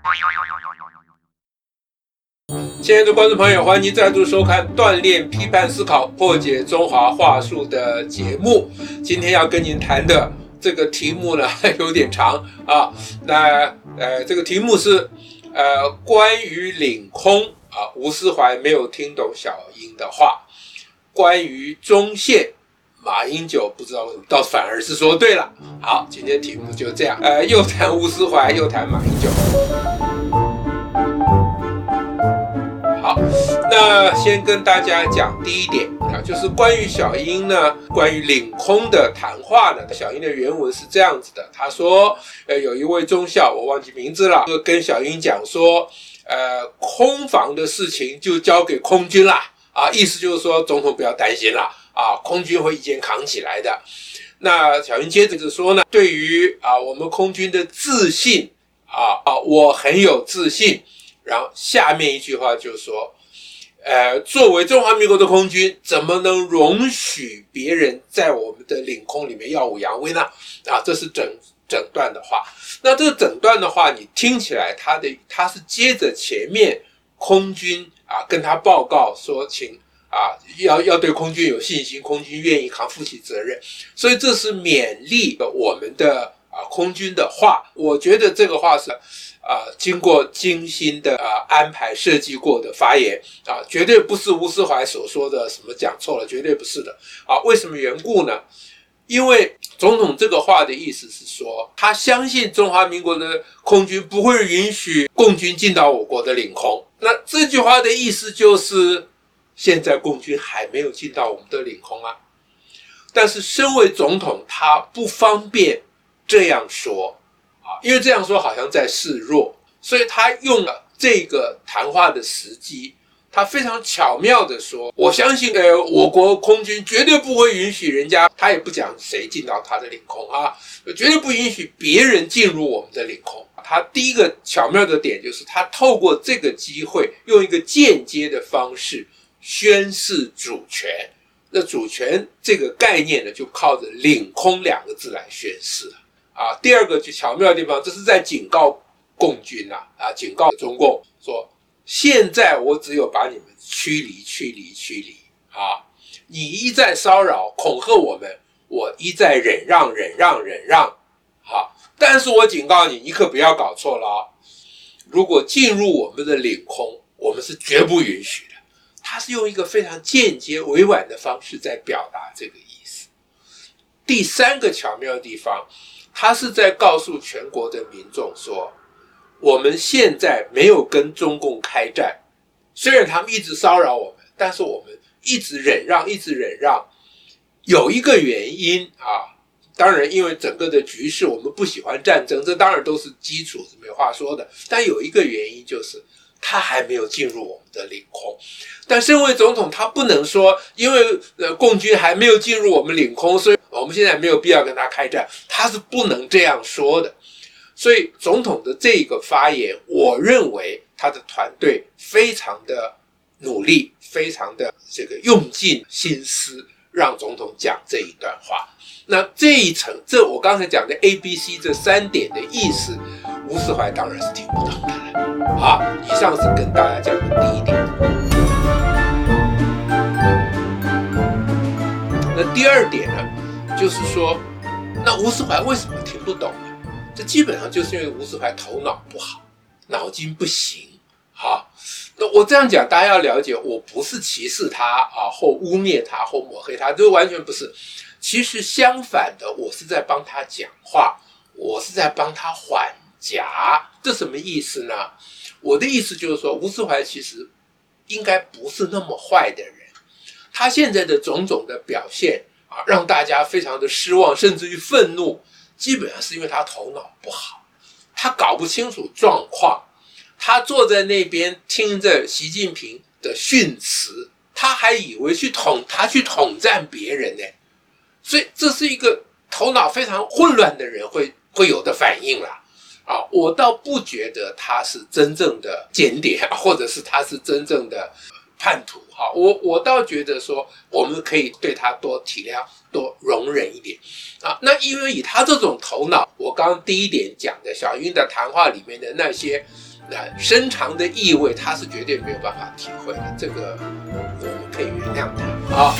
亲爱的观众朋友，欢迎再度收看锻炼批判思考、破解中华话术的节目。今天要跟您谈的这个题目呢，有点长啊。这个题目是关于领空啊，吴思怀没有听懂小英的话。关于中线，马英九不知道为什么倒反而是说对了。好，今天题目就这样，又谈吴思怀，又谈马英九。好，那先跟大家讲第一点啊，就是关于小英呢，关于领空的谈话呢，小英的原文是这样子的，他说，有一位中校，我忘记名字了，就跟小英讲说，空防的事情就交给空军啦，啊，意思就是说总统不要担心啦，啊，空军会一肩扛起来的。那小英接着说呢，对于我们空军的自信我很有自信。然后下面一句话就说，作为中华民国的空军，怎么能容许别人在我们的领空里面耀武扬威呢？啊，这是整段的话。那这个整段的话，你听起来他是接着前面空军跟他报告说，请要对空军有信心，空军愿意负起责任，所以这是勉励我们的空军的话。我觉得这个话是经过精心的安排设计过的发言绝对不是吴思怀所说的什么讲错了，绝对不是的为什么缘故呢？因为总统这个话的意思是说，他相信中华民国的空军不会允许共军进到我国的领空。那这句话的意思就是，现在共军还没有进到我们的领空啊。但是身为总统，他不方便这样说因为这样说好像在示弱，所以他用了这个谈话的时机，他非常巧妙的说，我相信我国空军绝对不会允许人家，他也不讲谁进到他的领空绝对不允许别人进入我们的领空。他第一个巧妙的点就是他透过这个机会，用一个间接的方式宣示主权。那主权这个概念呢，就靠着领空两个字来宣示了第二个就巧妙的地方，这是在警告共军警告中共说，现在我只有把你们驱离你一再骚扰恐吓我们，我一再忍让但是我警告你，你可不要搞错了如果进入我们的领空，我们是绝不允许的。他是用一个非常间接委婉的方式在表达这个意思。第三个巧妙的地方，他是在告诉全国的民众说，我们现在没有跟中共开战，虽然他们一直骚扰我们，但是我们一直忍让，有一个原因当然因为整个的局势我们不喜欢战争，这当然都是基础，是没话说的，但有一个原因就是他还没有进入我们的领空。但身为总统，他不能说因为共军还没有进入我们领空，所以我们现在没有必要跟他开战，他是不能这样说的。所以总统的这个发言，我认为他的团队非常的努力，非常的用尽心思让总统讲这一段话。那这一层，我刚才讲的 ABC 这3点的意思，吴思怀当然是听不懂的了以上是跟大家讲的第一点。那第二点呢，就是说，那吴思怀为什么听不懂呢？这基本上就是因为吴思怀头脑不好，脑筋不行那我这样讲，大家要了解，我不是歧视他或污蔑他或抹黑他，这完全不是。其实相反的，我是在帮他讲话，我是在帮他缓颊。这什么意思呢？我的意思就是说，吴思怀其实应该不是那么坏的人，他现在的种种的表现让大家非常的失望，甚至于愤怒，基本上是因为他头脑不好，他搞不清楚状况，他坐在那边听着习近平的训词，他还以为去统战别人呢，所以这是一个头脑非常混乱的人会有的反应啦我倒不觉得他是真正的间谍或者是他是真正的叛徒我倒觉得说，我们可以对他多体谅，多容忍一点那因为以他这种头脑，我刚刚第一点讲的小英的谈话里面的那些深长的意味，他是绝对没有办法体会的，这个我们可以原谅他啊。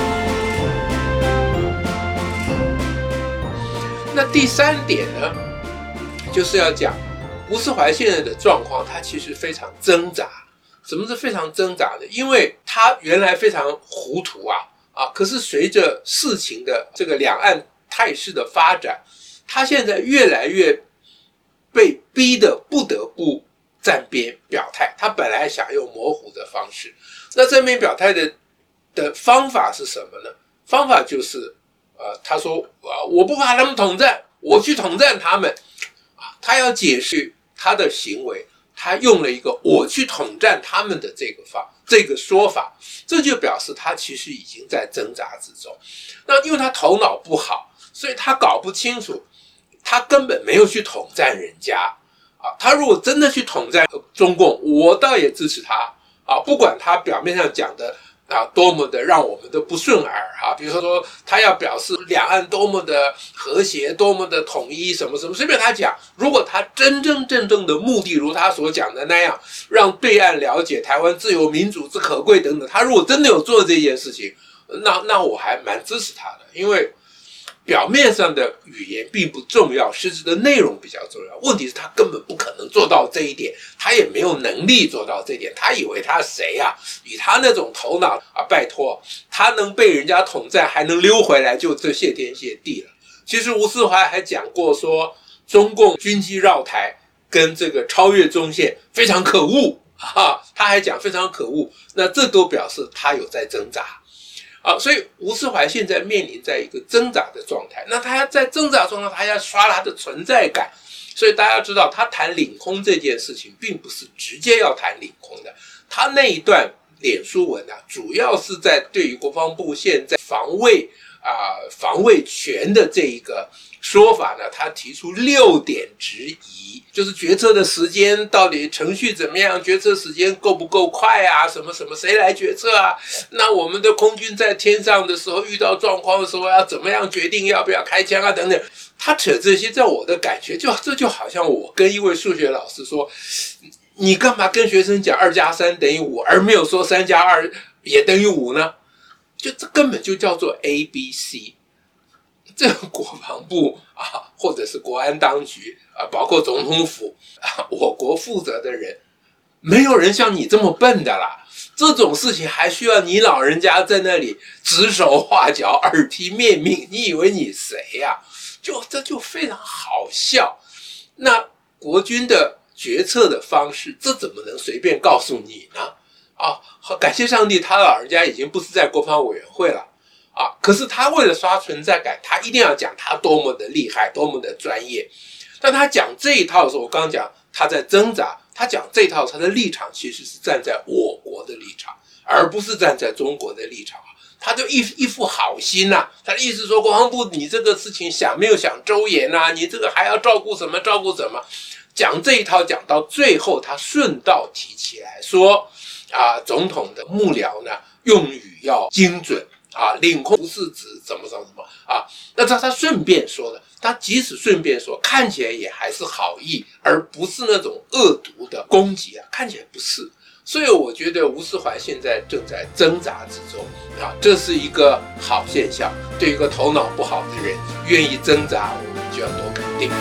那第3点呢，就是要讲吴思怀现在的状况，他其实非常挣扎。什么是非常挣扎的？因为他原来非常糊涂可是随着事情的这个两岸态势的发展，他现在越来越被逼得不得不站边表态。他本来想用模糊的方式，那站边表态的方法是什么呢？方法就是他说我不怕他们统战，我去统战他们他要解释他的行为，他用了一个我去统战他们的这个说法，这就表示他其实已经在挣扎之中。那因为他头脑不好，所以他搞不清楚，他根本没有去统战人家他如果真的去统战中共，我倒也支持他不管他表面上讲的多么的让我们都不顺耳比如说他要表示两岸多么的和谐，多么的统一，什么什么，随便他讲。如果他真正的目的如他所讲的那样，让对岸了解台湾自由民主之可贵等等，他如果真的有做这件事情，那我还蛮支持他的，因为表面上的语言并不重要，实质的内容比较重要。问题是他根本不可能做到这一点，他也没有能力做到这一点。他以为他谁以他那种头脑拜托，他能被人家统战还能溜回来，就这谢天谢地了。其实吴思怀还讲过说，中共军机绕台跟这个超越中线非常可恶他还讲非常可恶，那这都表示他有在挣扎所以吴思怀现在面临在一个挣扎的状态，那他在挣扎状态，他要刷他的存在感。所以大家知道，他谈领空这件事情并不是直接要谈领空的，他那一段脸书文主要是在对于国防部现在防卫权的这一个说法呢，他提出6点质疑，就是决策的时间到底程序怎么样，决策时间够不够快什么什么，谁来决策那我们的空军在天上的时候遇到状况的时候要怎么样决定要不要开枪等等。他扯这些，在我的感觉这就好像我跟一位数学老师说，你干嘛跟学生讲2+3等于5，而没有说3+2也等于5呢？就这根本就叫做 ABC。这个国防部或者是国安当局包括总统府我国负责的人，没有人像你这么笨的啦。这种事情还需要你老人家在那里指手画脚、耳提面命？你以为你谁这就非常好笑。那国军的决策的方式，这怎么能随便告诉你呢？感谢上帝，他老人家已经不是在国防委员会了可是他为了刷存在感，他一定要讲他多么的厉害，多么的专业。但他讲这一套的时候，我刚刚讲他在挣扎，他讲这一套他的立场其实是站在我国的立场，而不是站在中国的立场他就一副好心他的意思说，国防部你这个事情没有想周延你这个还要照顾什么，讲这一套讲到最后，他顺道提起来说总统的幕僚呢用语要精准领空不是指怎么那他顺便说的，他即使顺便说，看起来也还是好意，而不是那种恶毒的攻击看起来不是。所以我觉得吴思怀现在正在挣扎之中这是一个好现象。对一个头脑不好的人愿意挣扎，我们就要多肯定。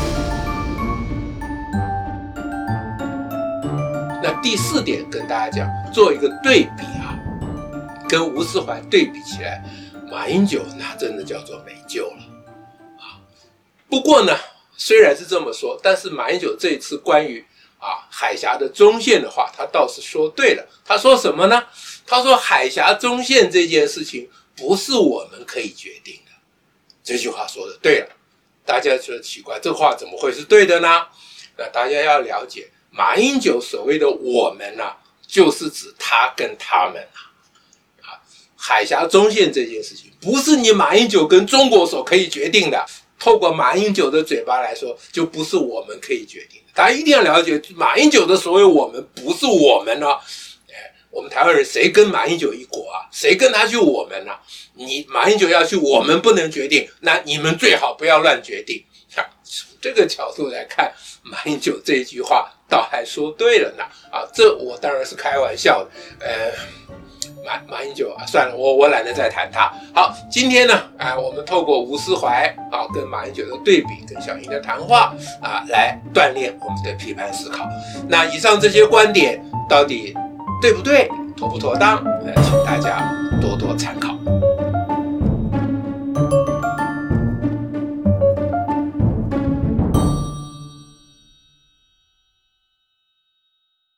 那第4点跟大家讲，做一个对比跟吴思怀对比起来，马英九那真的叫做没救了不过呢，虽然是这么说，但是马英九这一次关于海峡的中线的话，他倒是说对了。他说什么呢？他说海峡中线这件事情不是我们可以决定的。这句话说的对了。大家觉得奇怪，这话怎么会是对的呢？那大家要了解，马英九所谓的我们就是指他跟他们海峡中线这件事情不是你马英九跟中国所可以决定的，透过马英九的嘴巴来说，就不是我们可以决定的。大家一定要了解，马英九的所谓我们不是我们我们台湾人谁跟马英九一国谁跟他去我们你马英九要去，我们不能决定，那你们最好不要乱决定。 这个角度来看，马英九这一句话倒还说对了呢。这我当然是开玩笑的。马英九算了，我懒得再谈他。好，今天呢，我们透过吴思怀跟马英九的对比，跟小英的谈话来锻炼我们的批判思考。那以上这些观点到底对不对，妥不妥当？请大家多多参考。